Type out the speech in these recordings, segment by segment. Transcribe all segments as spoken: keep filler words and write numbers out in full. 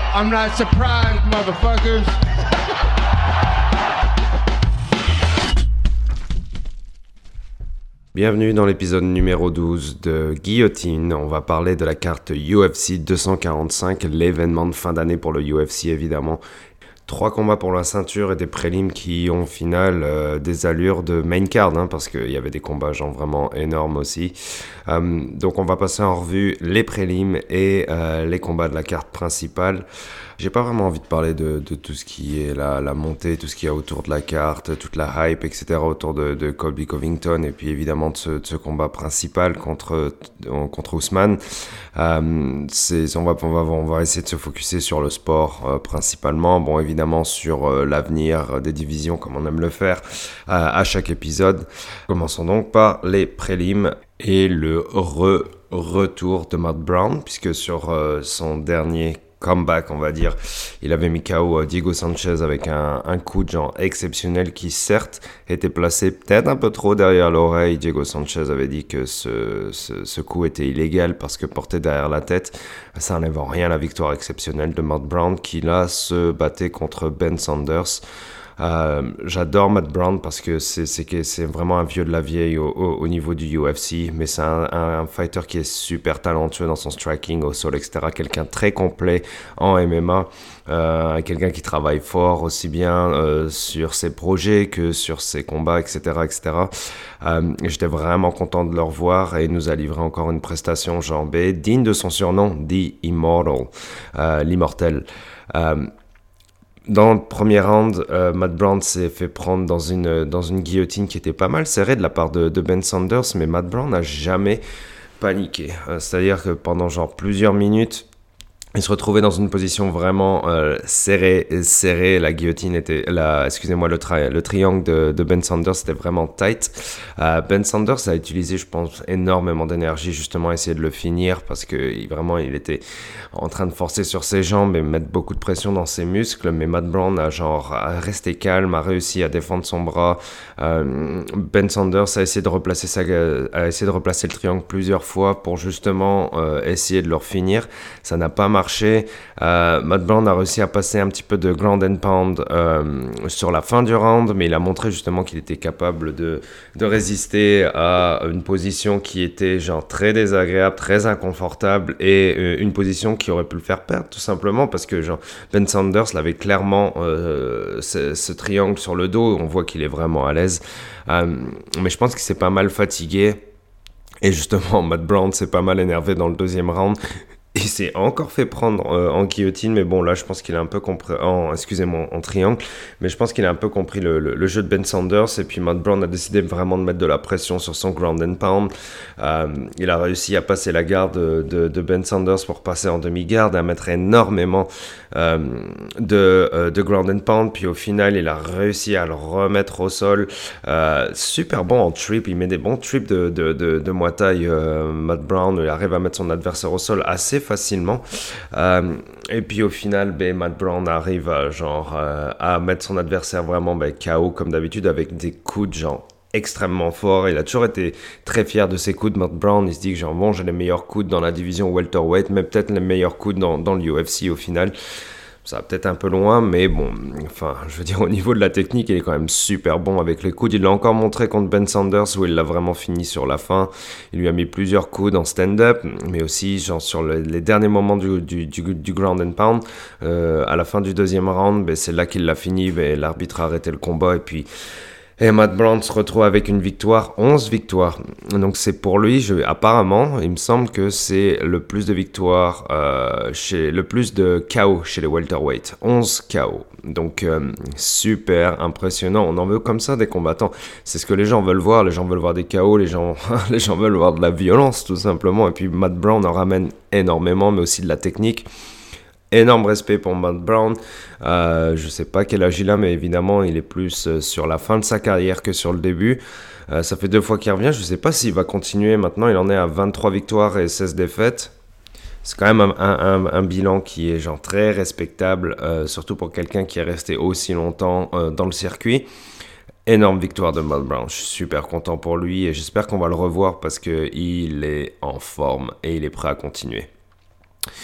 I'm not surprised, motherfuckers. Bienvenue dans l'épisode numéro douze de Guillotine. On va parler de la carte U F C deux cent quarante-cinq, l'événement de fin d'année pour le U F C évidemment. Trois combats pour la ceinture et des prélims qui ont au final euh, des allures de main card, hein, parce qu'il y avait des combats genre vraiment énormes aussi. Euh, donc on va passer en revue les prélims et euh, les combats de la carte principale. J'ai pas vraiment envie de parler de, de tout ce qui est la, la montée, tout ce qu'il y a autour de la carte, toute la hype, et cetera autour de, de Colby Covington et puis évidemment de ce, de ce combat principal contre, contre Usman. Euh, c'est, on, va, on, va, on va essayer de se focuser sur le sport euh, principalement, bon évidemment sur euh, l'avenir des divisions comme on aime le faire euh, à chaque épisode. Commençons donc par les prélims et le re, retour de Matt Brown, puisque sur euh, son dernier comeback, on va dire, il avait mis K O Diego Sanchez avec un, un coup de genre exceptionnel qui certes était placé peut-être un peu trop derrière l'oreille. Diego Sanchez avait dit que ce, ce, ce coup était illégal parce que porté derrière la tête, ça n'enlève en rien la victoire exceptionnelle de Matt Brown qui là se battait contre Ben Saunders. Euh, j'adore Matt Brown parce que c'est, c'est, c'est vraiment un vieux de la vieille au, au, au niveau du U F C, mais c'est un, un, un fighter qui est super talentueux dans son striking au sol, et cetera. Quelqu'un très complet en M M A, euh, quelqu'un qui travaille fort aussi bien euh, sur ses projets que sur ses combats, et cetera, et cetera. Euh, j'étais vraiment content de le revoir et il nous a livré encore une prestation jambée digne de son surnom, The Immortal, euh, l'immortel. Euh, Dans le premier round, euh, Matt Brown s'est fait prendre dans une, dans une guillotine qui était pas mal serrée de la part de, de Ben Saunders, mais Matt Brown n'a jamais paniqué. Euh, c'est-à-dire que pendant genre plusieurs minutes, il se retrouvait dans une position vraiment euh, serrée, serrée. La guillotine était, la, excusez-moi, le, tri- le triangle de, de Ben Saunders était vraiment tight. Euh, Ben Saunders a utilisé, je pense, énormément d'énergie justement à essayer de le finir parce que il, vraiment, il était en train de forcer sur ses jambes et mettre beaucoup de pression dans ses muscles. Mais Matt Brown a genre a resté calme, a réussi à défendre son bras. Euh, Ben Saunders a essayé de replacer sa, a essayé de replacer le triangle plusieurs fois pour justement euh, essayer de le finir. Ça n'a pas marché. Marché. Euh, Matt Brown a réussi à passer un petit peu de ground and pound euh, sur la fin du round, mais il a montré justement qu'il était capable de, de résister à une position qui était genre très désagréable, très inconfortable et euh, une position qui aurait pu le faire perdre tout simplement parce que genre Ben Saunders l'avait clairement euh, ce, ce triangle sur le dos, on voit qu'il est vraiment à l'aise, euh, mais je pense qu'il s'est pas mal fatigué et justement Matt Brown s'est pas mal énervé dans le deuxième round. Il s'est encore fait prendre euh, en guillotine, mais bon, là, je pense qu'il a un peu compris, en, excusez-moi, en triangle, mais je pense qu'il a un peu compris le, le, le jeu de Ben Saunders, et puis Matt Brown a décidé vraiment de mettre de la pression sur son ground and pound. Euh, il a réussi à passer la garde de, de, de Ben Saunders pour passer en demi-garde, à mettre énormément euh, de, euh, de ground and pound, puis au final, il a réussi à le remettre au sol. Euh, super bon en trip, il met des bons trips de, de, de, de Muay Thai, euh, Matt Brown, il arrive à mettre son adversaire au sol assez facilement euh, et puis au final ben, Matt Brown arrive à, genre, euh, à mettre son adversaire vraiment ben, K O comme d'habitude avec des coups de genre extrêmement forts. Il a toujours été très fier de ses coups de Matt Brown. Il se dit que genre bon j'ai les meilleurs coups dans la division welterweight, mais peut-être les meilleurs coups dans, dans le U F C au final. Ça va peut-être un peu loin, mais bon, enfin, je veux dire, au niveau de la technique, il est quand même super bon avec les coudes. Il l'a encore montré contre Ben Saunders, où il l'a vraiment fini sur la fin. Il lui a mis plusieurs coudes en stand-up, mais aussi genre sur le, les derniers moments du, du, du, du ground and pound. Euh, à la fin du deuxième round, ben, c'est là qu'il l'a fini. Ben, l'arbitre a arrêté le combat, et puis... Et Matt Brown se retrouve avec une victoire, onze victoires. Donc c'est pour lui, je, apparemment, il me semble que c'est le plus de victoires, euh, chez, le plus de K O chez les welterweight. onze K O. Donc euh, super impressionnant. On en veut comme ça des combattants. C'est ce que les gens veulent voir. Les gens veulent voir des K O, les gens, les gens veulent voir de la violence tout simplement. Et puis Matt Brown en ramène énormément, mais aussi de la technique. Énorme respect pour Matt Brown. Euh, je sais pas quel âge il a, mais évidemment, il est plus euh, sur la fin de sa carrière que sur le début. Euh, ça fait deux fois qu'il revient. Je sais pas s'il va continuer maintenant. Il en est à vingt-trois victoires et seize défaites. C'est quand même un, un, un, un bilan qui est genre très respectable, euh, surtout pour quelqu'un qui est resté aussi longtemps euh, dans le circuit. Énorme victoire de Matt Brown. Je suis super content pour lui et j'espère qu'on va le revoir parce qu'il est en forme et il est prêt à continuer.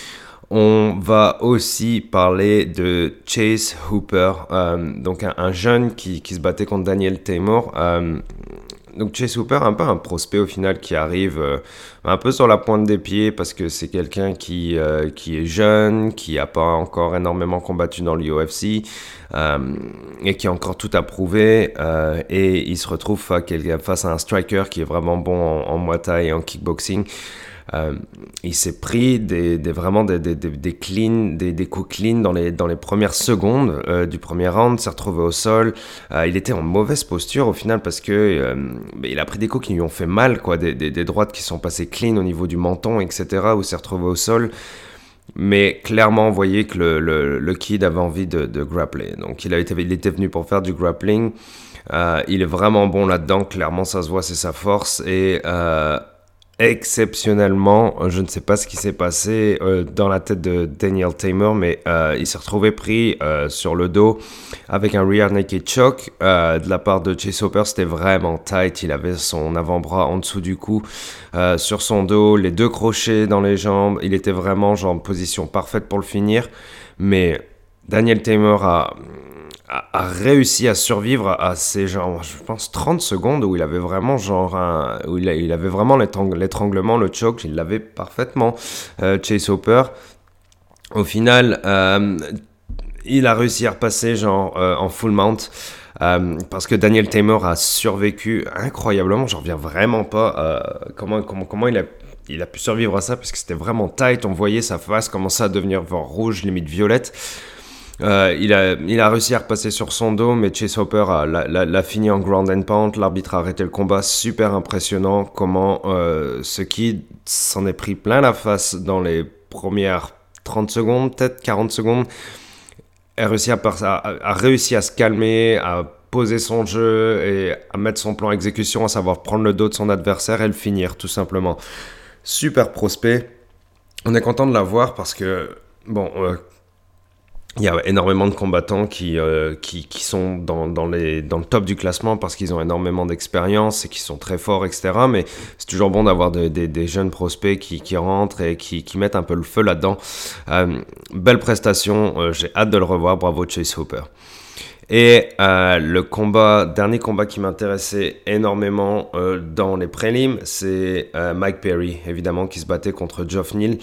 On va aussi parler de Chase Hooper, euh, donc un, un jeune qui, qui se battait contre Daniel Teymur. Euh, donc Chase Hooper, un peu un prospect au final qui arrive euh, un peu sur la pointe des pieds parce que c'est quelqu'un qui, euh, qui est jeune, qui n'a pas encore énormément combattu dans l'U F C euh, et qui a encore tout à prouver. Euh, et il se retrouve face à un striker qui est vraiment bon en, en Muay Thai et en kickboxing. Euh, il s'est pris des, des, vraiment des, des, des, clean, des, des coups clean dans les, dans les premières secondes euh, du premier round, s'est retrouvé au sol. Euh, il était en mauvaise posture au final parce que euh, il a pris des coups qui lui ont fait mal, quoi, des, des, des droites qui sont passées clean au niveau du menton, et cetera, où il s'est retrouvé au sol. Mais clairement, on voyait que le, le, le kid avait envie de, de grappler. Donc il, a été, il était venu pour faire du grappling. Euh, il est vraiment bon là-dedans, clairement ça se voit, c'est sa force. Et... Euh, exceptionnellement, je ne sais pas ce qui s'est passé euh, dans la tête de Daniel Teymur, mais euh, il s'est retrouvé pris euh, sur le dos avec un rear naked choke euh, de la part de Chase Hooper. C'était vraiment tight, il avait son avant-bras en dessous du cou, euh, sur son dos, les deux crochets dans les jambes, il était vraiment genre en position parfaite pour le finir, mais Daniel Teymur a... a réussi à survivre à ces genre, je pense, trente secondes où il avait vraiment genre un, où il, a, il avait vraiment l'étrang, l'étranglement, le choke, il l'avait parfaitement, euh, Chase Hooper. Au final, euh, il a réussi à repasser genre euh, en full mount. Euh, parce que Daniel Teymur a survécu incroyablement, j'en reviens vraiment pas euh, comment, comment, comment il a il a pu survivre à ça parce que c'était vraiment tight, on voyait sa face commencer à devenir rouge, limite violette. Euh, il, a, il a réussi à repasser sur son dos, mais Chase Hooper a, l'a, l'a, l'a fini en ground and pound. L'arbitre a arrêté le combat. Super impressionnant comment euh, ce kid s'en est pris plein la face dans les premières trente secondes, peut-être quarante secondes. A réussi à, a, a réussi à se calmer, à poser son jeu et à mettre son plan exécution, à savoir prendre le dos de son adversaire et le finir, tout simplement. Super prospect. On est content de l'avoir parce que, bon... Euh, il y a énormément de combattants qui, euh, qui, qui sont dans, dans, les, dans le top du classement parce qu'ils ont énormément d'expérience et qui sont très forts, et cetera. Mais c'est toujours bon d'avoir de, de, des jeunes prospects qui, qui rentrent et qui, qui mettent un peu le feu là-dedans. Euh, belle prestation, euh, j'ai hâte de le revoir. Bravo Chase Hooper. Et euh, le combat, dernier combat qui m'intéressait énormément euh, dans les prélims, c'est euh, Mike Perry, évidemment, qui se battait contre Geoff Neal.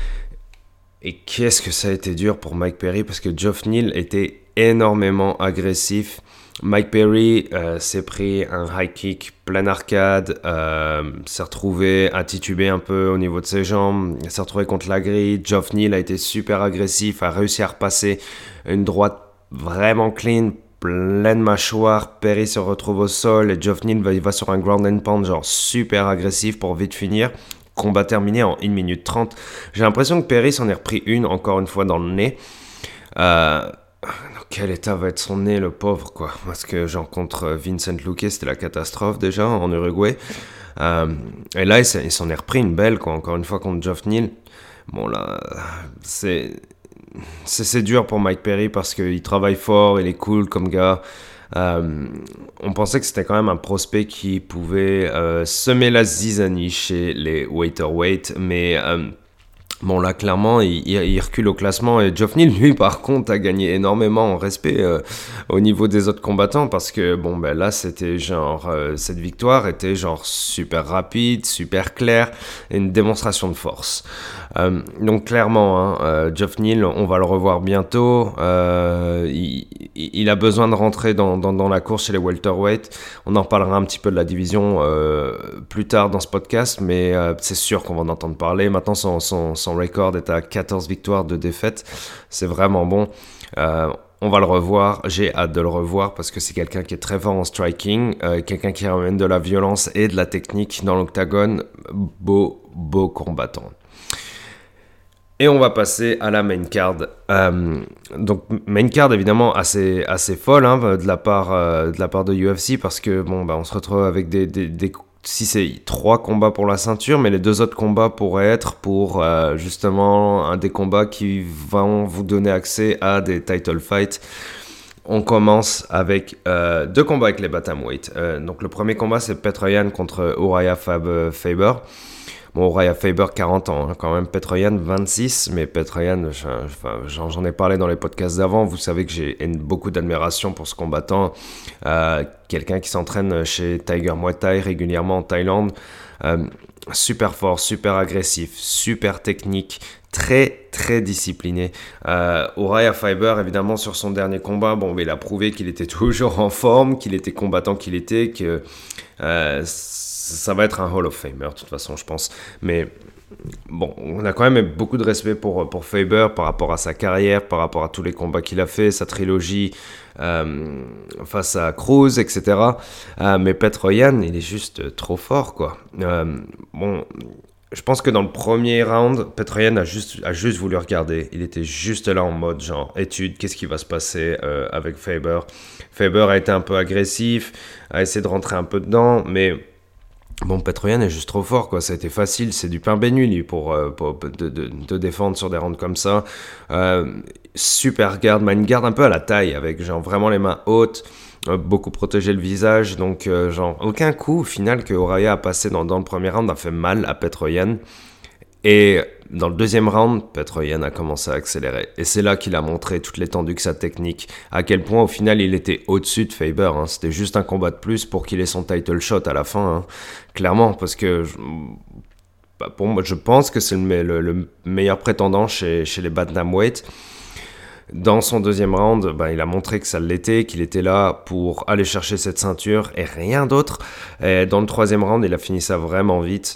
Et qu'est-ce que ça a été dur pour Mike Perry parce que Geoff Neal était énormément agressif. Mike Perry euh, s'est pris un high kick plein arcade, euh, s'est retrouvé à tituber un peu au niveau de ses jambes, s'est retrouvé contre la grille. Geoff Neal a été super agressif, a réussi à repasser une droite vraiment clean, pleine mâchoire. Perry se retrouve au sol et Geoff Neal va, il va sur un ground and pound genre super agressif pour vite finir. Combat terminé en une minute trente. J'ai l'impression que Perry s'en est repris une, encore une fois, dans le nez. Euh, dans quel état va être son nez, le pauvre, quoi. Parce que genre, contre Vincent Luque, c'était la catastrophe, déjà, en Uruguay. Euh, et là, il s'en est repris une belle, quoi, encore une fois, contre Geoff Neal. Bon, là, c'est... C'est, c'est dur pour Mike Perry parce qu'il travaille fort, il est cool comme gars. Euh, on pensait que c'était quand même un prospect qui pouvait euh, semer la zizanie chez les welterweight, mais euh, bon là clairement il, il recule au classement et Geoff Neal lui par contre a gagné énormément en respect euh, au niveau des autres combattants parce que bon ben là c'était genre euh, cette victoire était genre super rapide, super claire et une démonstration de force. Euh, donc clairement, hein, euh, Geoff Neal, on va le revoir bientôt. Euh, il, il a besoin de rentrer dans, dans, dans la course chez les welterweight. On en reparlera un petit peu de la division euh, plus tard dans ce podcast, mais euh, c'est sûr qu'on va en entendre parler. Maintenant, son, son, son record est à quatorze victoires, deux défaites. C'est vraiment bon. Euh, On va le revoir, j'ai hâte de le revoir parce que c'est quelqu'un qui est très fort en striking, euh, quelqu'un qui ramène de la violence et de la technique dans l'octagone. Beau, beau combattant. Et on va passer à la main card. Euh, donc main card évidemment assez assez folle hein, de la part euh, de la part de U F C parce que bon bah on se retrouve avec des des, des si c'est trois combats pour la ceinture, mais les deux autres combats pourraient être pour euh, justement un des combats qui vont vous donner accès à des title fights. On commence avec euh, deux combats avec les bantamweight. Euh, donc le premier combat c'est Petr Yan contre Uriah Fab- Faber. Bon, Uriah Faber, quarante ans, hein, quand même. Petroyan, vingt-six, mais Petroyan, j'en, j'en ai parlé dans les podcasts d'avant. Vous savez que j'ai beaucoup d'admiration pour ce combattant. Euh, quelqu'un qui s'entraîne chez Tiger Muay Thai régulièrement en Thaïlande. Euh, super fort, super agressif, super technique, très très discipliné. Euh, Uriah Faber, évidemment, sur son dernier combat, bon, il a prouvé qu'il était toujours en forme, qu'il était combattant qu'il était, que euh, ça va être un Hall of Famer, de toute façon, je pense. Mais bon, on a quand même beaucoup de respect pour, pour Faber par rapport à sa carrière, par rapport à tous les combats qu'il a fait, sa trilogie euh, face à Cruz, et cetera. Euh, mais Petroyan, il est juste trop fort, quoi. Euh, bon, je pense que dans le premier round, Petroyan a juste, a juste voulu regarder. Il était juste là en mode genre étude, qu'est-ce qui va se passer euh, avec Faber. Faber a été un peu agressif, a essayé de rentrer un peu dedans, mais bon, Petroyan est juste trop fort, quoi. Ça a été facile, c'est du pain béni, lui, pour, euh, pour de, de, de défendre sur des rounds comme ça. Euh, super garde, mais une garde un peu à la taille, avec genre vraiment les mains hautes, euh, beaucoup protéger le visage, donc euh, genre aucun coup au final que Uriah a passé dans, dans le premier round a fait mal à Petroyan. Et dans le deuxième round, Petroyan a commencé à accélérer. Et c'est là qu'il a montré toute l'étendue de sa technique. À quel point, au final, il était au-dessus de Faber. Hein. C'était juste un combat de plus pour qu'il ait son title shot à la fin. Hein. Clairement, parce que je, bah pour moi, je pense que c'est le, le, le meilleur prétendant chez, chez les bantamweight. Dans son deuxième round, bah, il a montré que ça l'était, qu'il était là pour aller chercher cette ceinture et rien d'autre. Et dans le troisième round, il a fini ça vraiment vite.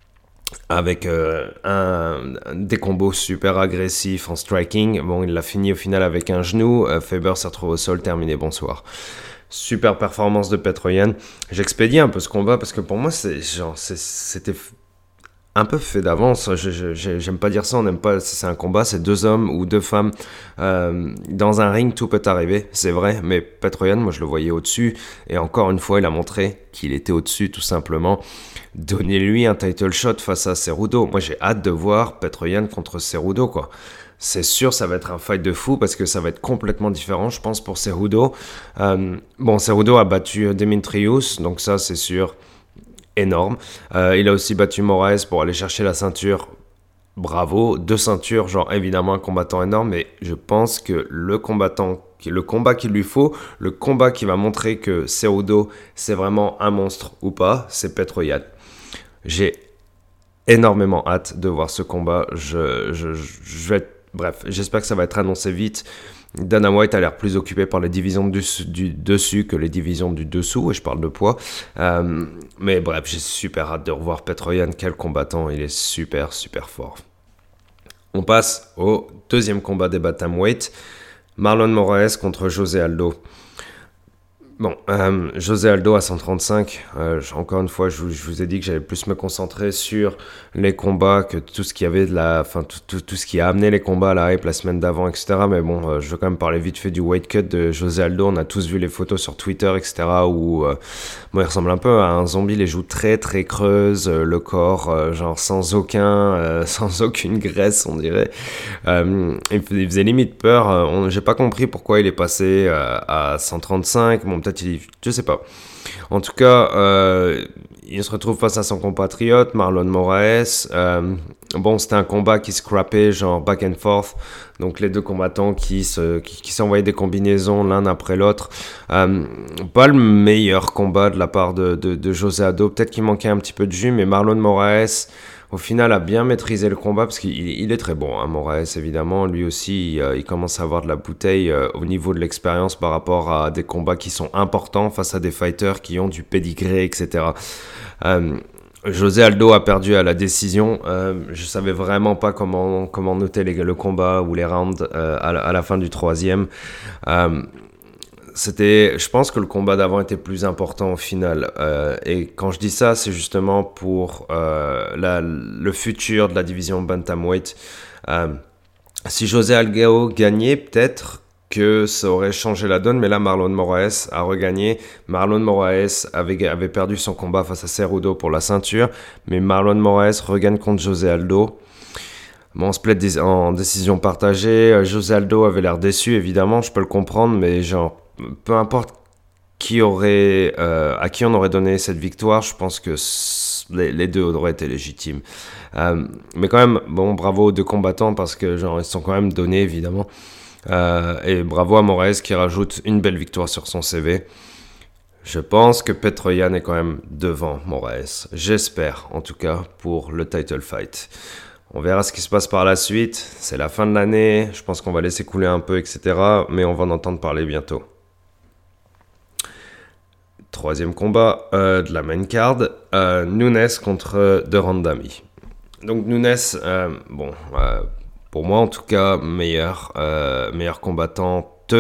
Avec euh, un, des combos super agressifs en striking. Bon, il l'a fini au final avec un genou. Euh, Faber s'est retrouvé au sol, terminé, bonsoir. Super performance de Petroyan. J'expédie un peu ce combat parce que pour moi, c'est, genre, c'est, c'était un peu fait d'avance. Je, je, j'aime pas dire ça, on n'aime pas. C'est un combat, c'est deux hommes ou deux femmes. Euh, dans un ring, tout peut arriver, c'est vrai. Mais Petroyan, moi, je le voyais au-dessus. Et encore une fois, il a montré qu'il était au-dessus, tout simplement. Donnez-lui un title shot face à Cerudo. Moi, j'ai hâte de voir Petroyan contre Cerudo, quoi. C'est sûr, ça va être un fight de fou parce que ça va être complètement différent, je pense, pour Cerudo. Euh, bon, Cerudo a battu Demetrius, donc ça, c'est sûr, énorme. Euh, il a aussi battu Moraes pour aller chercher la ceinture. Bravo, deux ceintures, genre évidemment un combattant énorme, mais je pense que le combattant, le combat qu'il lui faut, le combat qui va montrer que Cerudo, c'est vraiment un monstre ou pas, c'est Petroyan. J'ai énormément hâte de voir ce combat. Je, je, je vais être, bref, j'espère que ça va être annoncé vite. Dana White a l'air plus occupé par les divisions du, du dessus que les divisions du dessous, et je parle de poids. Euh, mais bref, j'ai super hâte de revoir Petroyan. Quel combattant, il est super, super fort. On passe au deuxième combat des bantamweight. Marlon Moraes contre José Aldo. Bon, euh, José Aldo à cent trente-cinq, euh, encore une fois, je, je vous ai dit que j'allais plus me concentrer sur les combats que tout ce qui avait de la, enfin tout, tout, tout ce qui a amené les combats à la hype la semaine d'avant, et cetera. Mais bon, euh, je veux quand même parler vite fait du weight cut de José Aldo. On a tous vu les photos sur Twitter, et cetera. Où euh, bon, il ressemble un peu à un zombie, les joues très très creuses, euh, le corps euh, genre sans aucun, euh, sans aucune graisse, on dirait. Euh, il faisait limite peur. On, j'ai pas compris pourquoi il est passé euh, à cent trente-cinq. Bon, peut-être il, je sais pas. En tout cas, euh, il se retrouve face à son compatriote Marlon Moraes. Euh, bon, c'était un combat qui scrappait genre back and forth. Donc les deux combattants qui se, qui, qui s'envoyaient des combinaisons l'un après l'autre. Euh, pas le meilleur combat de la part de, de, de José Aldo. Peut-être qu'il manquait un petit peu de jus, mais Marlon Moraes, au final, a bien maîtrisé le combat parce qu'il il est très bon, hein, Moraes, évidemment. Lui aussi, il, euh, il commence à avoir de la bouteille euh, au niveau de l'expérience par rapport à des combats qui sont importants face à des fighters qui ont du pédigré, et cetera. Euh, José Aldo a perdu à la décision. Euh, je savais vraiment pas comment, comment noter les, le combat ou les rounds euh, à, la, à la fin du troisième. Euh, C'était, je pense que le combat d'avant était plus important au final. Euh, et quand je dis ça, c'est justement pour euh, la, le futur de la division bantamweight. Euh, si José Aldo gagnait, peut-être que ça aurait changé la donne. Mais là, Marlon Moraes a regagné. Marlon Moraes avait, avait perdu son combat face à Cerudo pour la ceinture. Mais Marlon Moraes regagne contre José Aldo. Bon, split en décision partagée. José Aldo avait l'air déçu, évidemment. Je peux le comprendre, mais genre, peu importe qui aurait, euh, à qui on aurait donné cette victoire, je pense que les, les deux auraient été légitimes. Euh, mais quand même, bon, bravo aux deux combattants parce que genre ils sont quand même donnés évidemment. Euh, et bravo à Moraes qui rajoute une belle victoire sur son C V. Je pense que Petroyan est quand même devant Moraes. J'espère, en tout cas, pour le title fight. On verra ce qui se passe par la suite. C'est la fin de l'année. Je pense qu'on va laisser couler un peu, et cetera. Mais on va en entendre parler bientôt. Troisième combat euh, de la main card. Euh, Nunes contre De Randami. Donc Nunes, euh, bon, euh, pour moi en tout cas, meilleur, euh, meilleur combattant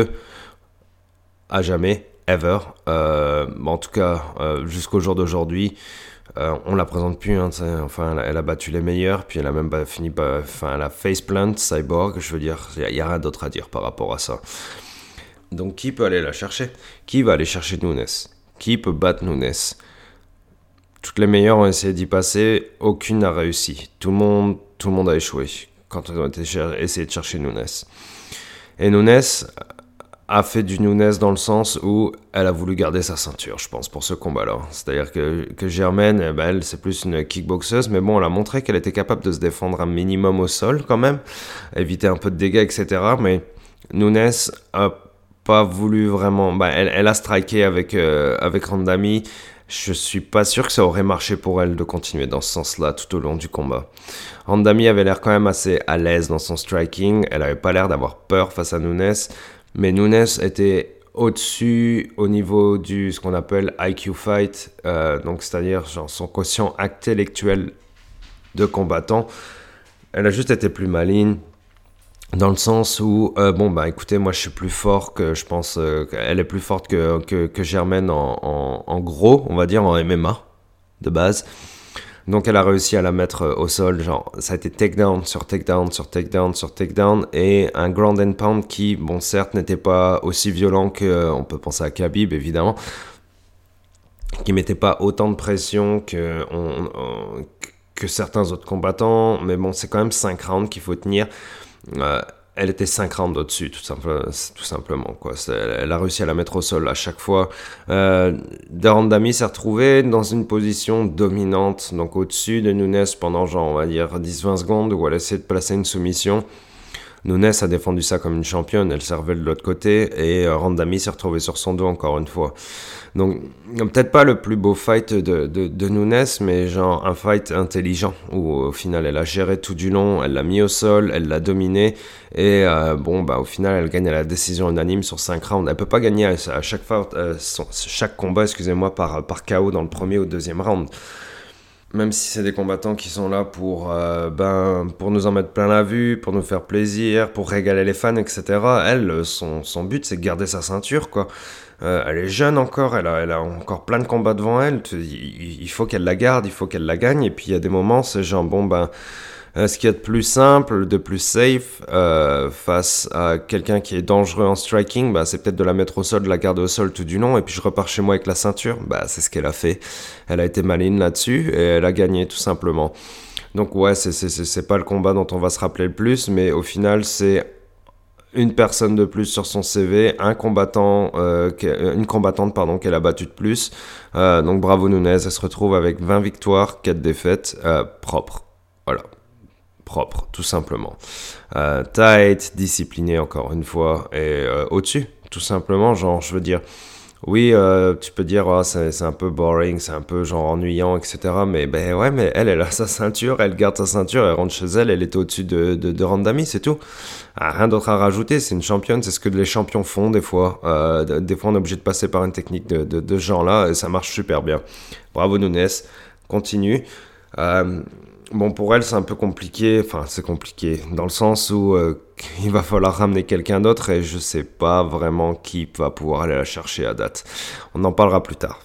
à jamais. Ever. Euh, en tout cas, euh, jusqu'au jour d'aujourd'hui, euh, on la présente plus. Hein, enfin, elle a, elle a battu les meilleurs, puis elle a même pas fini par. Enfin, elle a faceplant, Cyborg. Je veux dire, il n'y a, a rien d'autre à dire par rapport à ça. Donc, qui peut aller la chercher? Qui va aller chercher Nunes? Qui peut battre Nunes? Toutes les meilleures ont essayé d'y passer, aucune n'a réussi. Tout le monde, tout le monde a échoué quand ils ont été cher- essayé de chercher Nunes. Et Nunes a fait du Nunes dans le sens où elle a voulu garder sa ceinture, je pense, pour ce combat-là. C'est-à-dire que, que Germaine, eh ben, elle, c'est plus une kickboxeuse, mais bon, elle a montré qu'elle était capable de se défendre un minimum au sol, quand même, éviter un peu de dégâts, et cetera. Mais Nunes a pas voulu vraiment... Bah, elle, elle a striké avec, euh, avec Randami. Je suis pas sûr que ça aurait marché pour elle de continuer dans ce sens-là tout au long du combat. Randami avait l'air quand même assez à l'aise dans son striking. Elle avait pas l'air d'avoir peur face à Nunes. Mais Nunes était au-dessus au niveau du ce qu'on appelle I Q fight, euh, donc c'est-à-dire genre son quotient intellectuel de combattant. Elle a juste été plus maligne dans le sens où euh, bon bah écoutez, moi je suis plus fort que je pense euh, elle est plus forte que que, que Germaine en, en en gros, on va dire en M M A de base. Donc elle a réussi à la mettre au sol, genre ça a été takedown sur takedown sur takedown sur takedown et un ground and pound qui, bon certes n'était pas aussi violent que, on peut penser à Khabib évidemment, qui mettait pas autant de pression que, on, on, que certains autres combattants, mais bon c'est quand même cinq rounds qu'il faut tenir. Euh, elle était cinq rounds au-dessus, tout, simple, tout simplement. Quoi. Elle, elle a réussi à la mettre au sol à chaque fois. Euh, De Randami s'est retrouvé dans une position dominante, donc au-dessus de Nunes pendant, genre, on va dire, dix à vingt secondes, où elle essayait de placer une soumission. Nunes a défendu ça comme une championne, elle servait de l'autre côté, et euh, Randami s'est retrouvé sur son dos encore une fois. Donc, peut-être pas le plus beau fight de, de, de Nunes, mais genre un fight intelligent, où au final elle a géré tout du long, elle l'a mis au sol, elle l'a dominé, et euh, bon, bah au final elle gagne à la décision unanime sur cinq rounds. Elle peut pas gagner à, à chaque fois, euh, son, chaque combat, excusez-moi, par, par K O dans le premier ou deuxième round. Même si c'est des combattants qui sont là pour, euh, ben, pour nous en mettre plein la vue, pour nous faire plaisir, pour régaler les fans, et cetera. Elle, son, son but, c'est de garder sa ceinture, quoi. Euh, elle est jeune encore, elle a, elle a encore plein de combats devant elle. Il, il faut qu'elle la garde, il faut qu'elle la gagne. Et puis il y a des moments, c'est genre, bon, ben, euh, ce qu'il y a de plus simple, de plus safe, euh, face à quelqu'un qui est dangereux en striking, bah, c'est peut-être de la mettre au sol, de la garder au sol tout du long, et puis je repars chez moi avec la ceinture. Bah, c'est ce qu'elle a fait. Elle a été maligne là-dessus, et elle a gagné, tout simplement. Donc ouais, c'est, c'est, c'est, c'est pas le combat dont on va se rappeler le plus, mais au final, c'est une personne de plus sur son C V, un combattant, euh, une combattante pardon, qu'elle a battu de plus. Euh, donc bravo Nunes, elle se retrouve avec vingt victoires, quatre défaites, euh, propre. Voilà. Propre, tout simplement. Euh, tight, discipliné encore une fois, et euh, au-dessus, tout simplement. Genre, je veux dire, oui, euh, tu peux dire, oh, c'est, c'est un peu boring, c'est un peu genre ennuyant, et cetera. Mais ben ouais, mais elle, elle a sa ceinture, elle garde sa ceinture, elle rentre chez elle, elle est au-dessus de, de, de Randami, c'est tout. Ah, rien d'autre à rajouter, c'est une championne, c'est ce que les champions font des fois. Euh, des fois, on est obligé de passer par une technique de, de, de ce genre-là, et ça marche super bien. Bravo Nunes, continue. Euh, Bon, pour elle, c'est un peu compliqué. Enfin, c'est compliqué dans le sens où euh, il va falloir ramener quelqu'un d'autre et je sais pas vraiment qui va pouvoir aller la chercher à date. On en parlera plus tard.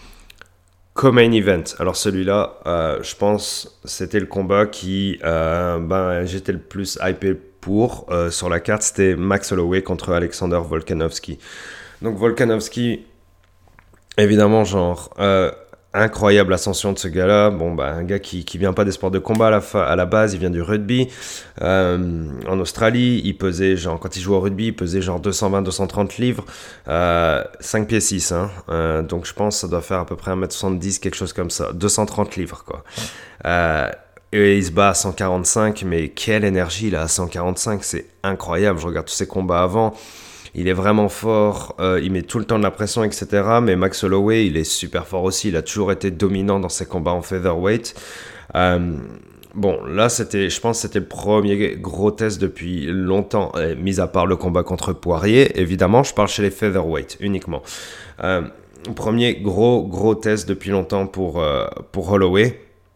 Co-main event. Alors celui-là, euh, je pense, c'était le combat qui, euh, ben, j'étais le plus hypé pour euh, sur la carte. C'était Max Holloway contre Alexander Volkanovski. Donc Volkanovski, évidemment, genre. Euh, incroyable ascension de ce gars-là. Bon, bah, un gars qui qui vient pas des sports de combat à la, fa- à la base, il vient du rugby. Euh, en Australie, il pesait, genre, quand il jouait au rugby, il pesait genre deux cent vingt à deux cent trente livres, euh, cinq pieds six. Hein. Euh, donc je pense que ça doit faire à peu près un mètre soixante-dix, quelque chose comme ça. deux cent trente livres, quoi. Euh, et il se bat à cent quarante-cinq, mais quelle énergie il a à cent quarante-cinq, c'est incroyable. Je regarde tous ses combats avant. Il est vraiment fort, euh, il met tout le temps de la pression, et cetera. Mais Max Holloway, il est super fort aussi. Il a toujours été dominant dans ses combats en featherweight. Euh, bon, là, c'était, je pense que c'était le premier gros test depuis longtemps, euh, mis à part le combat contre Poirier. Évidemment, je parle chez les featherweight uniquement. Euh, premier gros, gros test depuis longtemps pour, euh, pour Holloway.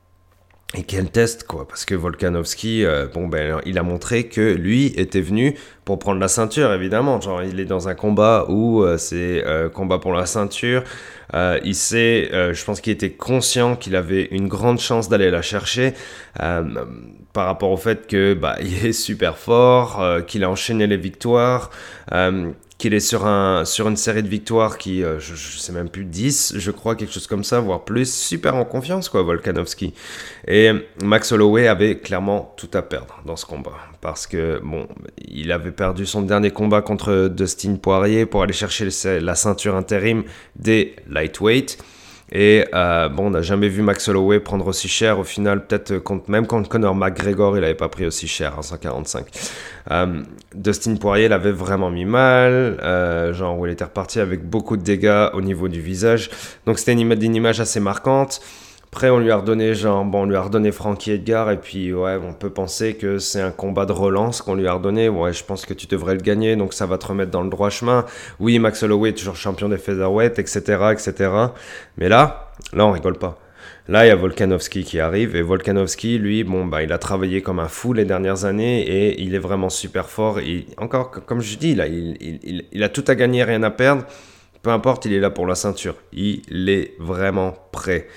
Et quel test, quoi, parce que Volkanovski, euh, bon, ben, il a montré que lui était venu pour prendre la ceinture, évidemment. Genre, il est dans un combat où euh, c'est euh, combat pour la ceinture. Euh, il sait, euh, je pense qu'il était conscient qu'il avait une grande chance d'aller la chercher euh, par rapport au fait que, bah, il est super fort, euh, qu'il a enchaîné les victoires, euh, qu'il est sur, un, sur une série de victoires qui, euh, je, je sais même plus, dix, je crois, quelque chose comme ça, voire plus, super en confiance, quoi, Volkanovski. Et Max Holloway avait clairement tout à perdre dans ce combat, parce que, bon, il avait perdu son dernier combat contre Dustin Poirier pour aller chercher la ceinture intérim des lightweight. Et euh, bon, on n'a jamais vu Max Holloway prendre aussi cher. Au final, peut-être contre, même contre Conor McGregor, il n'avait pas pris aussi cher, hein, cent quarante-cinq. Euh, Dustin Poirier l'avait vraiment mis mal, euh, genre où il était reparti avec beaucoup de dégâts au niveau du visage. Donc c'était une, une image assez marquante. Après, on lui a redonné, genre, bon, on lui a redonné Frankie Edgar, et puis, ouais, on peut penser que c'est un combat de relance qu'on lui a redonné. Ouais, je pense que tu devrais le gagner, donc ça va te remettre dans le droit chemin. Oui, Max Holloway est toujours champion des featherweight, et cetera, et cetera. Mais là, là, on rigole pas. Là, il y a Volkanovski qui arrive, et Volkanovski, lui, bon, bah, il a travaillé comme un fou les dernières années, et il est vraiment super fort. Et encore, comme je dis, là, il, il, il, il a tout à gagner, rien à perdre. Peu importe, il est là pour la ceinture. Il est vraiment prêt.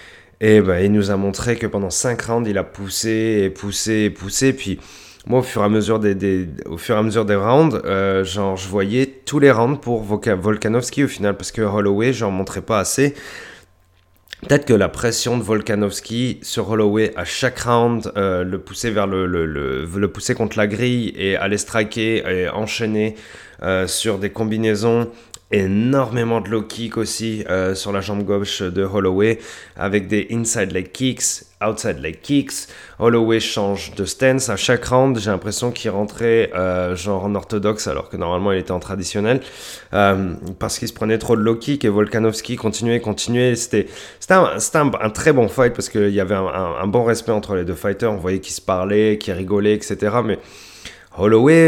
Et ben, il nous a montré que pendant cinq rounds, il a poussé et poussé et poussé. Puis moi, au fur et à mesure des, des, au fur et à mesure des rounds, euh, genre, je voyais tous les rounds pour Volkanovski au final, parce que Holloway, j'en montrais pas assez. Peut-être que la pression de Volkanovski sur Holloway à chaque round, euh, le pousser vers le, le, le, le pousser contre la grille et aller striker et enchaîner euh, sur des combinaisons. Énormément de low kick aussi euh, sur la jambe gauche de Holloway avec des inside leg kicks, outside leg kicks. Holloway change de stance à chaque round. J'ai l'impression qu'il rentrait euh, genre en orthodoxe alors que normalement il était en traditionnel euh, parce qu'il se prenait trop de low kick et Volkanovski continuait, continuait. C'était, c'était, un, c'était un, un très bon fight parce qu'il y avait un, un, un bon respect entre les deux fighters. On voyait qu'ils se parlaient, qu'ils rigolaient, et cetera. Mais Holloway,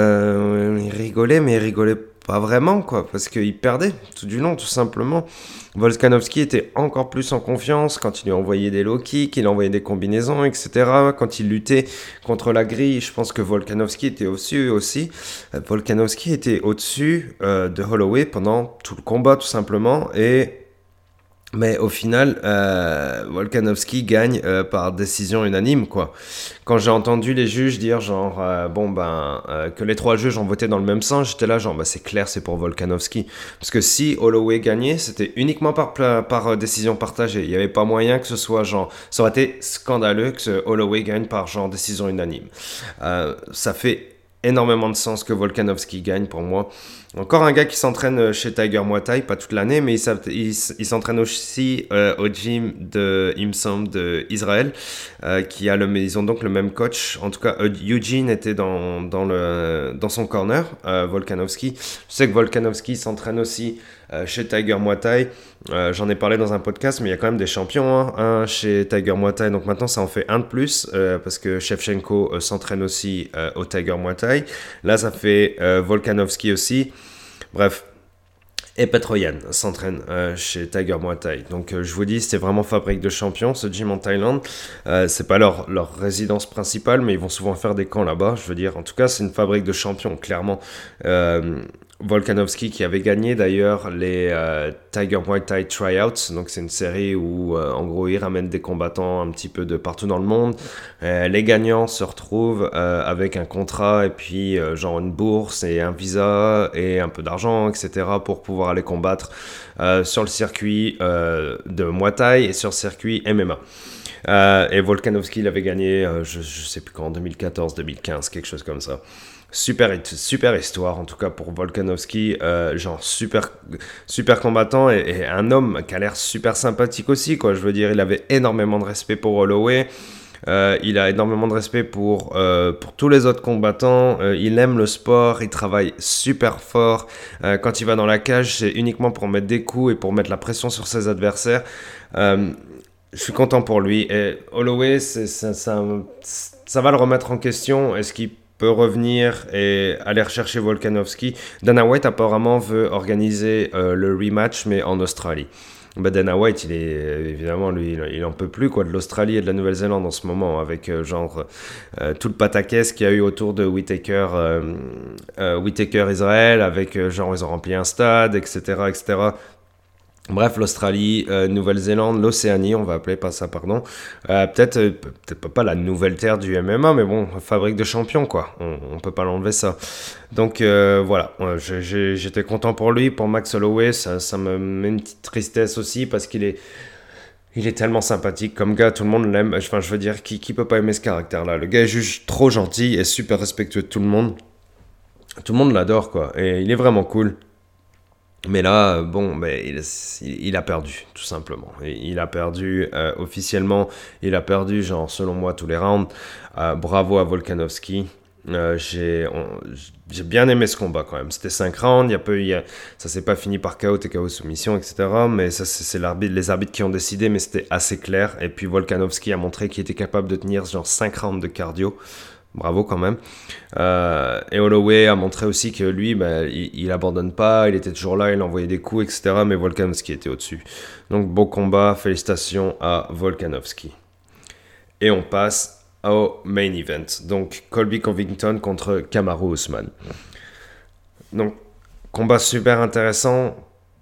euh, il rigolait, mais il rigolait pas vraiment, quoi, parce qu'il perdait tout du long, tout simplement. Volkanovski était encore plus en confiance quand il lui envoyait des low kicks, il envoyait des combinaisons, et cetera. Quand il luttait contre la grille, je pense que Volkanovski était au-dessus aussi. Volkanovski était au-dessus euh, de Holloway pendant tout le combat, tout simplement, et... Mais au final, euh, Volkanovski gagne euh, par décision unanime, quoi. Quand j'ai entendu les juges dire genre euh, bon ben euh, que les trois juges ont voté dans le même sens, j'étais là genre bah c'est clair, c'est pour Volkanovski, parce que si Holloway gagnait, c'était uniquement par par euh, décision partagée. Il y avait pas moyen que ce soit genre, ça aurait été scandaleux que ce Holloway gagne par genre décision unanime. Euh, ça fait énormément de sens que Volkanovski gagne pour moi. Encore un gars qui s'entraîne chez Tiger Muay Thai, pas toute l'année, mais il, il, il s'entraîne aussi euh, au gym de, il me semble, d'Israël, euh, qui a le, ils ont donc le même coach. En tout cas, Eugene était dans, dans, le, dans son corner, euh, Volkanovski. Je sais que Volkanovski s'entraîne aussi euh, chez Tiger Muay Thai. Euh, j'en ai parlé dans un podcast, mais il y a quand même des champions hein, hein, chez Tiger Muay Thai. Donc maintenant, ça en fait un de plus, euh, parce que Shevchenko euh, s'entraîne aussi euh, au Tiger Muay Thai. Là, ça fait euh, Volkanovski aussi. Bref, et Petroyan s'entraîne euh, chez Tiger Muay Thai. Donc euh, je vous dis, c'est vraiment fabrique de champions, ce gym en Thaïlande. Euh, c'est pas leur, leur résidence principale, mais ils vont souvent faire des camps là-bas. Je veux dire, en tout cas, c'est une fabrique de champions, clairement. Euh, Volkanovski qui avait gagné d'ailleurs les euh, Tiger Muay Thai Tryouts, donc c'est une série où euh, en gros ils ramènent des combattants un petit peu de partout dans le monde. Euh, les gagnants se retrouvent euh, avec un contrat et puis euh, genre une bourse et un visa et un peu d'argent, et cetera pour pouvoir aller combattre euh, sur le circuit euh, de Muay Thai et sur le circuit M M A. Euh, et Volkanovski l'avait gagné, euh, je, je sais plus quand, en deux mille quatorze deux mille quinze, quelque chose comme ça. Super, super histoire en tout cas pour Volkanovski, euh, genre super, super combattant et, et un homme qui a l'air super sympathique aussi, quoi. Je veux dire, il avait énormément de respect pour Holloway. Euh, il a énormément de respect pour, euh, pour tous les autres combattants. Euh, il aime le sport, il travaille super fort. Euh, quand il va dans la cage, c'est uniquement pour mettre des coups et pour mettre la pression sur ses adversaires. Euh, je suis content pour lui. Et Holloway, c'est, ça, ça, ça va le remettre en question. Est-ce qu'il peut revenir et aller rechercher Volkanovski? Dana White apparemment veut organiser euh, le rematch, mais en Australie. Bah Dana White, il est évidemment lui, il, il en peut plus quoi de l'Australie et de la Nouvelle-Zélande en ce moment avec euh, genre euh, tout le pataquès qu'il y a eu autour de Whittaker, euh, euh, Whittaker Israël avec euh, genre ils ont rempli un stade, et cetera, et cetera. Bref, l'Australie, euh, Nouvelle-Zélande, l'Océanie, on va appeler pas ça, pardon. Euh, peut-être, euh, peut-être pas la nouvelle terre du M M A, mais bon, fabrique de champions, quoi. On, on peut pas l'enlever, ça. Donc, euh, voilà. Euh, j'ai, j'étais content pour lui, pour Max Holloway. Ça, ça me met une petite tristesse aussi, parce qu'il est, il est tellement sympathique comme gars. Tout le monde l'aime. Enfin, je veux dire, qui, qui peut pas aimer ce caractère-là? Le gars est juste trop gentil et super respectueux de tout le monde. Tout le monde l'adore, quoi. Et il est vraiment cool. Mais là, bon, ben, il, il a perdu, tout simplement. Il a perdu euh, officiellement, il a perdu, genre, selon moi, tous les rounds. Euh, bravo à Volkanovski. Euh, j'ai, on, j'ai bien aimé ce combat quand même. C'était cinq rounds, il y a peu, il y a, ça s'est pas fini par K O, T K O, soumission, et cetera. Mais ça, c'est, c'est l'arbitre, les arbitres qui ont décidé, mais c'était assez clair. Et puis Volkanovski a montré qu'il était capable de tenir genre cinq rounds de cardio. Bravo quand même. Euh, et Holloway a montré aussi que lui, bah, il, il abandonne pas, il était toujours là, il envoyait des coups, et cetera. Mais Volkanovski était au-dessus. Donc beau combat, félicitations à Volkanovski. Et on passe au main event. Donc Colby Covington contre Kamaru Usman. Donc combat super intéressant.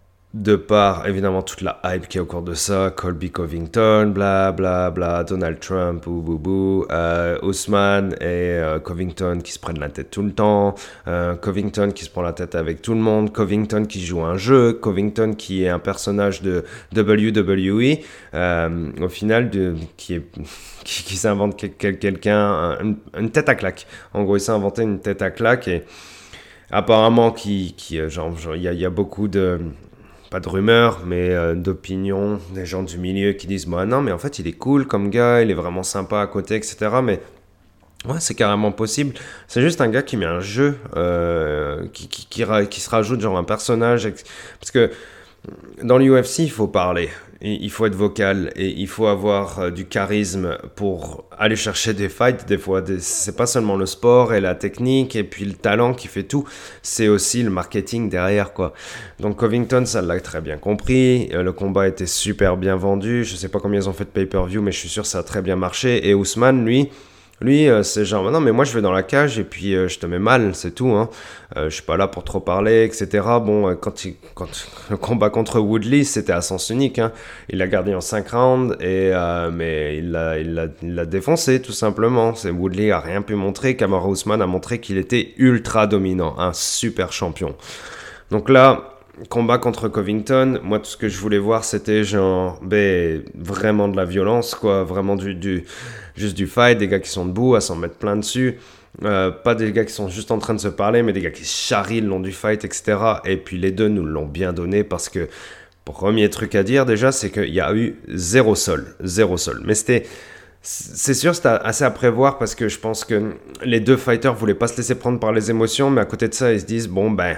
De par, évidemment, toute la hype qui est au cours de ça, Colby Covington, bla bla bla, Donald Trump, ou boubou, euh, Usman et euh, Covington qui se prennent la tête tout le temps, euh, Covington qui se prend la tête avec tout le monde, Covington qui joue un jeu, Covington qui est un personnage de W W E, euh, au final, de, qui, est, qui, qui s'invente quel, quelqu'un, une, une tête à claque. En gros, il s'est inventé une tête à claque et apparemment, qui, qui, genre, genre, il y, y a beaucoup de... pas de rumeurs, mais euh, d'opinions, des gens du milieu qui disent bah non, mais en fait, il est cool comme gars, il est vraiment sympa à côté, et cetera. Mais ouais, c'est carrément possible. C'est juste un gars qui met un jeu, euh, qui, qui, qui, ra- qui se rajoute genre un personnage. Parce que dans l'U F C, il faut parler, il faut être vocal et il faut avoir euh, du charisme pour aller chercher des fights. Des fois, des... c'est pas seulement le sport et la technique et puis le talent qui fait tout, c'est aussi le marketing derrière, quoi. Donc Covington, ça l'a très bien compris. Euh, le combat était super bien vendu. Je sais pas combien ils ont fait de pay-per-view, mais je suis sûr que ça a très bien marché. Et Usman, lui... Lui, euh, c'est genre, non, mais moi, je vais dans la cage et puis euh, je te mets mal, c'est tout. Hein. Euh, je suis pas là pour trop parler, et cetera. Bon, euh, quand, il, quand le combat contre Woodley, c'était à sens unique. Hein. Il l'a gardé en cinq rounds, et, euh, mais il l'a, il, l'a, il l'a défoncé, tout simplement. C'est, Woodley a rien pu montrer. Kamaru Usman a montré qu'il était ultra dominant, un super champion. Donc là... combat contre Covington, moi tout ce que je voulais voir c'était genre ben, vraiment de la violence, quoi, vraiment du, du, juste du fight, des gars qui sont debout à s'en mettre plein dessus, euh, pas des gars qui sont juste en train de se parler, mais des gars qui se charrient le long du fight, et cetera. Et puis les deux nous l'ont bien donné parce que, premier truc à dire déjà, c'est qu'il y a eu zéro sol, zéro sol, mais c'était... C'est sûr, c'était assez à prévoir parce que je pense que les deux fighters voulaient pas se laisser prendre par les émotions, mais à côté de ça, ils se disent, bon ben...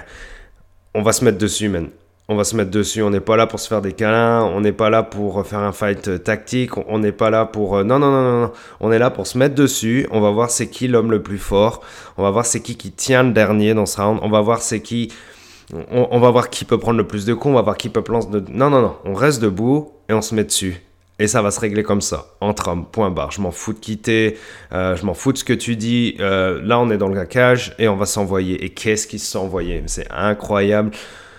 on va se mettre dessus, man. On va se mettre dessus. On n'est pas là pour se faire des câlins. On n'est pas là pour faire un fight tactique. On n'est pas là pour... Non, non, non, non, non. On est là pour se mettre dessus. On va voir c'est qui l'homme le plus fort. On va voir c'est qui qui tient le dernier dans ce round. On va voir c'est qui... On, on va voir qui peut prendre le plus de coups. On va voir qui peut planter de... Non, non, non. On reste debout et on se met dessus. Et ça va se régler comme ça, entre hommes, point barre. Je m'en fous de quitter, euh, je m'en fous de ce que tu dis. Euh, là, on est dans la cage et on va s'envoyer. Et qu'est-ce qui se sont envoyés? C'est incroyable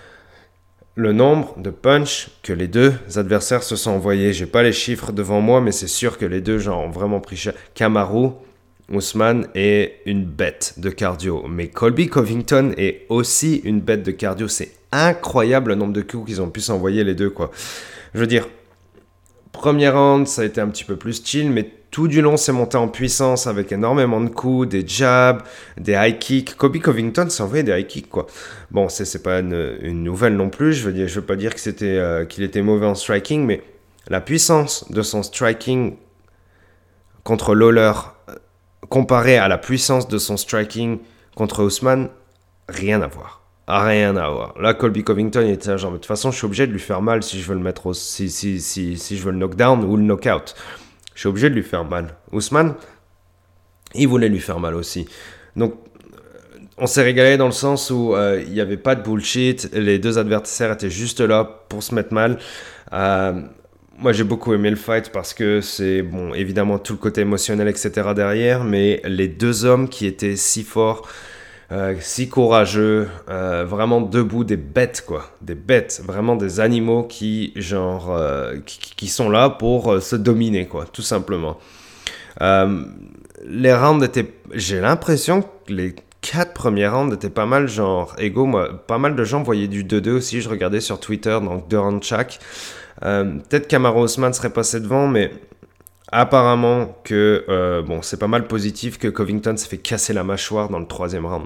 le nombre de punch que les deux adversaires se sont envoyés. J'ai pas les chiffres devant moi, mais c'est sûr que les deux genre, ont vraiment pris cher. Kamaru, Usman est une bête de cardio. Mais Colby Covington est aussi une bête de cardio. C'est incroyable le nombre de coups qu'ils ont pu s'envoyer les deux, quoi. Je veux dire... Premier round, ça a été un petit peu plus chill, mais tout du long, c'est monté en puissance avec énormément de coups, des jabs, des high kicks. Colby Covington s'est envoyé des high kicks, quoi. Bon, c'est, c'est pas une, une nouvelle non plus. Je veux dire, je veux pas dire que c'était, euh, qu'il était mauvais en striking, mais la puissance de son striking contre Lawler, comparée à la puissance de son striking contre Usman, rien à voir. Rien à voir. Là, Colby Covington, il était genre, de toute façon, je suis obligé de lui faire mal si je veux le mettre au, si, si, si, si je veux le knockdown ou le knockout. Je suis obligé de lui faire mal. Usman, il voulait lui faire mal aussi. Donc, on s'est régalé dans le sens où euh, il n'y avait pas de bullshit. Les deux adversaires étaient juste là pour se mettre mal. Euh, moi, j'ai beaucoup aimé le fight parce que c'est, bon, évidemment, tout le côté émotionnel, et cetera derrière. Mais les deux hommes qui étaient si forts... Euh, si courageux, euh, vraiment debout, des bêtes quoi, des bêtes, vraiment des animaux qui genre euh, qui, qui sont là pour euh, se dominer quoi, tout simplement. Euh, les rounds étaient, j'ai l'impression que les quatre premiers rounds étaient pas mal genre égaux. Moi, pas mal de gens voyaient du deux deux aussi. Je regardais sur Twitter, donc deux rounds chaque. Euh, peut-être Kamaru Usman serait passé devant, mais apparemment que, euh, bon, c'est pas mal positif que Covington s'est fait casser la mâchoire dans le troisième round.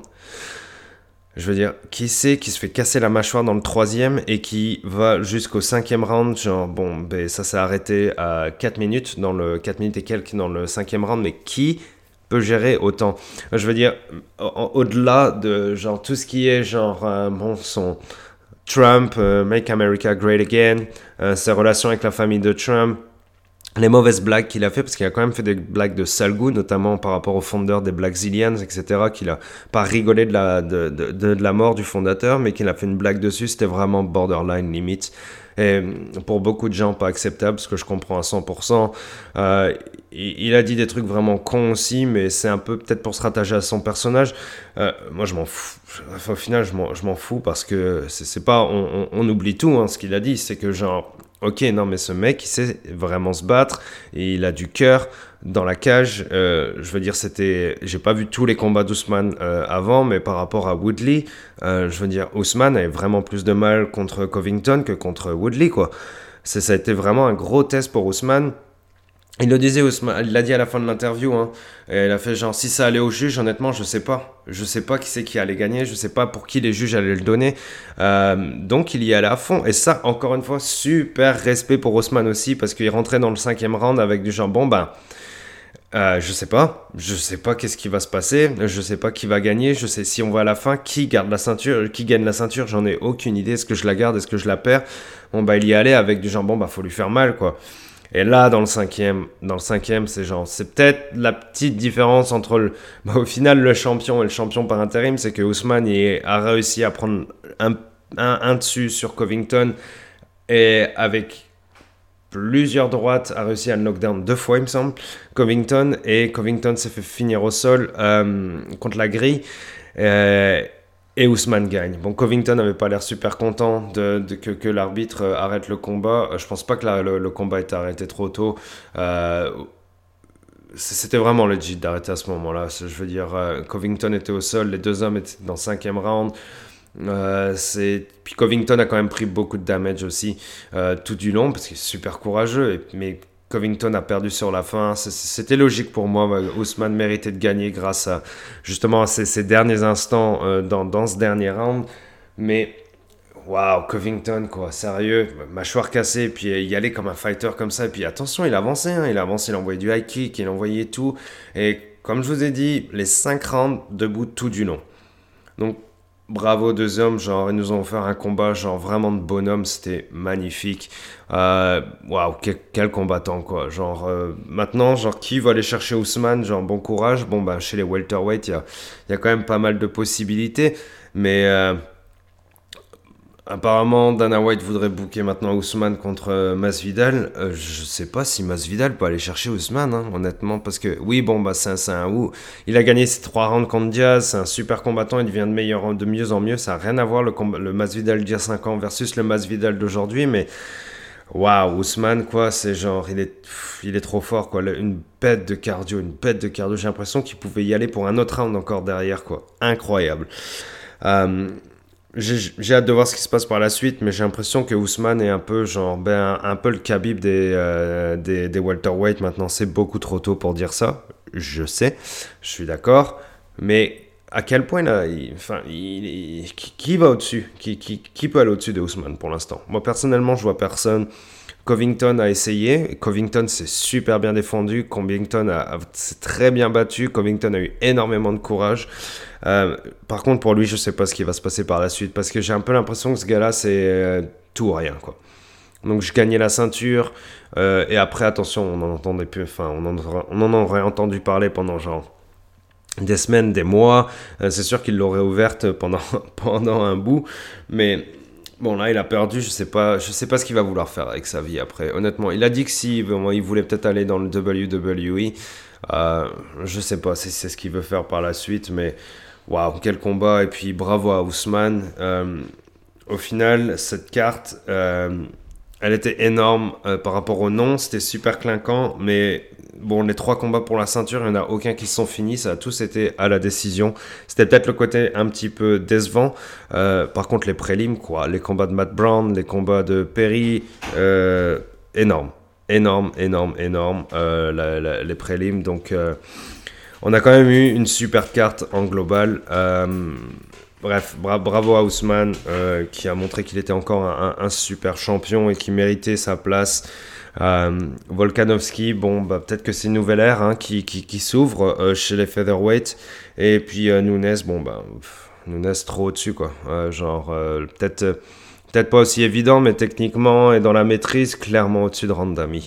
Je veux dire, qui c'est qui se fait casser la mâchoire dans le troisième et qui va jusqu'au cinquième round, genre, bon, ben, ça s'est arrêté à quatre minutes, dans le quatre minutes et quelques dans le cinquième round, mais qui peut gérer autant? Je veux dire, au- au-delà de, genre, tout ce qui est, genre, euh, bon, son Trump, euh, Make America Great Again, euh, ses relations avec la famille de Trump, les mauvaises blagues qu'il a fait, parce qu'il a quand même fait des blagues de sale goût, notamment par rapport au fondeur des Blackzilians, et cetera, qu'il a pas rigolé de la, de, de, de, de la mort du fondateur, mais qu'il a fait une blague dessus, c'était vraiment borderline limite. Et pour beaucoup de gens, pas acceptable, ce que je comprends à cent pour cent. Euh, il, il a dit des trucs vraiment cons aussi, mais c'est un peu peut-être pour se rattacher à son personnage. Euh, moi, je m'en fous. Enfin, au final, je m'en, je m'en fous parce que c'est, c'est pas... On, on, on oublie tout, hein, ce qu'il a dit. C'est que genre... Ok, non, mais ce mec, il sait vraiment se battre et il a du cœur dans la cage. Euh, je veux dire, c'était... J'ai pas vu tous les combats d'Ousmane euh, avant, mais par rapport à Woodley, euh, je veux dire, Ousmane avait vraiment plus de mal contre Covington que contre Woodley, quoi. C'est, ça a été vraiment un gros test pour Ousmane. Il le disait, Ousmane, il l'a dit à la fin de l'interview, hein, et il a fait genre, si ça allait au juge, honnêtement, je sais pas. Je sais pas qui c'est qui allait gagner, je sais pas pour qui les juges allaient le donner. Euh, donc il y allait à fond, et ça, encore une fois, super respect pour Ousmane aussi, parce qu'il rentrait dans le cinquième round avec du genre, bon ben, euh, je sais pas, je sais pas qu'est-ce qui va se passer, je sais pas qui va gagner, je sais si on va à la fin, qui garde la ceinture, qui gagne la ceinture, j'en ai aucune idée, est-ce que je la garde, est-ce que je la perds. Bon bah il y allait avec du genre, bon bah faut lui faire mal quoi. Et là, dans le cinquième, dans le cinquième, c'est genre, c'est peut-être la petite différence entre le, bah, au final, le champion et le champion par intérim, c'est que Ousmane il a réussi à prendre un, un, un dessus sur Covington et avec plusieurs droites a réussi à le knockdown deux fois, il me semble, Covington, et Covington s'est fait finir au sol euh, contre la grille. Euh, Et Ousmane gagne. Bon, Covington n'avait pas l'air super content de, de, que, que l'arbitre arrête le combat. Je pense pas que la, le, le combat ait arrêté trop tôt. Euh, c'était vraiment legit d'arrêter à ce moment-là. Je veux dire, euh, Covington était au sol, les deux hommes étaient dans le cinquième round. Euh, c'est... Puis Covington a quand même pris beaucoup de damage aussi euh, tout du long parce qu'il est super courageux. Et... Mais Covington a perdu sur la fin. C'était logique pour moi. Ousmane méritait de gagner grâce à justement à ces, ces derniers instants euh, dans, dans ce dernier round. Mais waouh, Covington, quoi, sérieux, mâchoire cassée, puis il y allait comme un fighter comme ça. Et puis attention, il avançait, hein, il avançait, il envoyait du high kick, il envoyait tout. Et comme je vous ai dit, les cinq rounds debout tout du long. Donc bravo deux hommes, genre ils nous ont offert un combat genre vraiment de bonhomme, c'était magnifique. Waouh, wow, quel, quel combattant quoi. Genre euh, maintenant, genre qui va aller chercher Ousmane, genre bon courage. Bon bah chez les welterweight, il y a, y a quand même pas mal de possibilités, mais euh, Apparemment, Dana White voudrait booker maintenant Ousmane contre euh, Masvidal. Euh, je sais pas si Masvidal peut aller chercher Ousmane, hein, honnêtement, parce que oui, bon, bah c'est un, c'est un ou. Il a gagné ses trois rounds contre Diaz, c'est un super combattant, il devient de meilleur, de mieux en mieux. Ça n'a rien à voir le, comb- le Masvidal d'il y a cinq ans versus le Masvidal d'aujourd'hui, mais waouh, Ousmane, quoi, c'est genre, il est, pff, il est trop fort, quoi. Le- Une bête de cardio, une bête de cardio. J'ai l'impression qu'il pouvait y aller pour un autre round encore derrière, quoi. Incroyable. Euh, j'ai j'ai hâte de voir ce qui se passe par la suite, mais j'ai l'impression que Ousmane est un peu genre ben, un, un peu le Khabib des, euh, des, des welterweight maintenant. C'est beaucoup trop tôt pour dire ça, je sais, je suis d'accord, mais à quel point là, il, enfin, il, il- qui, qui va au-dessus qui, qui, qui peut aller au-dessus de Ousmane pour l'instant? Moi personnellement, je vois personne. Covington a essayé. Covington s'est super bien défendu. Covington a, a- s'est très bien battu. Covington a eu énormément de courage. Euh, par contre, pour lui, je sais pas ce qui va se passer par la suite parce que j'ai un peu l'impression que ce gars-là, c'est euh, tout ou rien, quoi. Donc, je gagnais la ceinture euh, et après, attention, on en entendait plus. Enfin, on en, aura- on en aurait entendu parler pendant genre des semaines, des mois. Euh, c'est sûr qu'il l'aurait ouverte pendant pendant un bout, mais bon, là, il a perdu. Je sais pas, je sais pas ce qu'il va vouloir faire avec sa vie après. Honnêtement, il a dit que si, bon, il voulait peut-être aller dans le W W E. Euh, je sais pas si c'est ce qu'il veut faire par la suite, mais waouh, quel combat. Et puis bravo à Ousmane. Euh, au final, cette carte, euh, elle était énorme euh, par rapport au nom. C'était super clinquant, mais bon, les trois combats pour la ceinture, il n'y en a aucun qui se sont finis. Ça a tous été à la décision. C'était peut-être le côté un petit peu décevant. Euh, par contre, les prélims, quoi, les combats de Matt Brown, les combats de Perry, euh, énorme. Énorme, énorme, énorme, euh, la- la- les prélims. Donc, euh, on a quand même eu une super carte en global. Euh, bref, bra- bravo à Ousmane euh, qui a montré qu'il était encore un, un- un super champion et qui méritait sa place. Euh, Volkanovski, bon, bah, peut-être que c'est une nouvelle ère hein, qui, qui, qui s'ouvre euh, chez les featherweight. Et puis euh, Nunes, bon, bah, pff, Nunes trop au-dessus, quoi. Euh, genre, euh, peut-être euh, peut-être pas aussi évident, mais techniquement et dans la maîtrise, clairement au-dessus de Randami.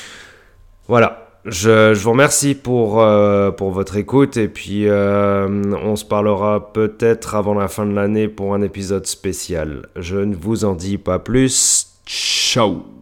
Voilà. Je, je vous remercie pour, euh, pour votre écoute et puis euh, on se parlera peut-être avant la fin de l'année pour un épisode spécial. Je ne vous en dis pas plus. Ciao!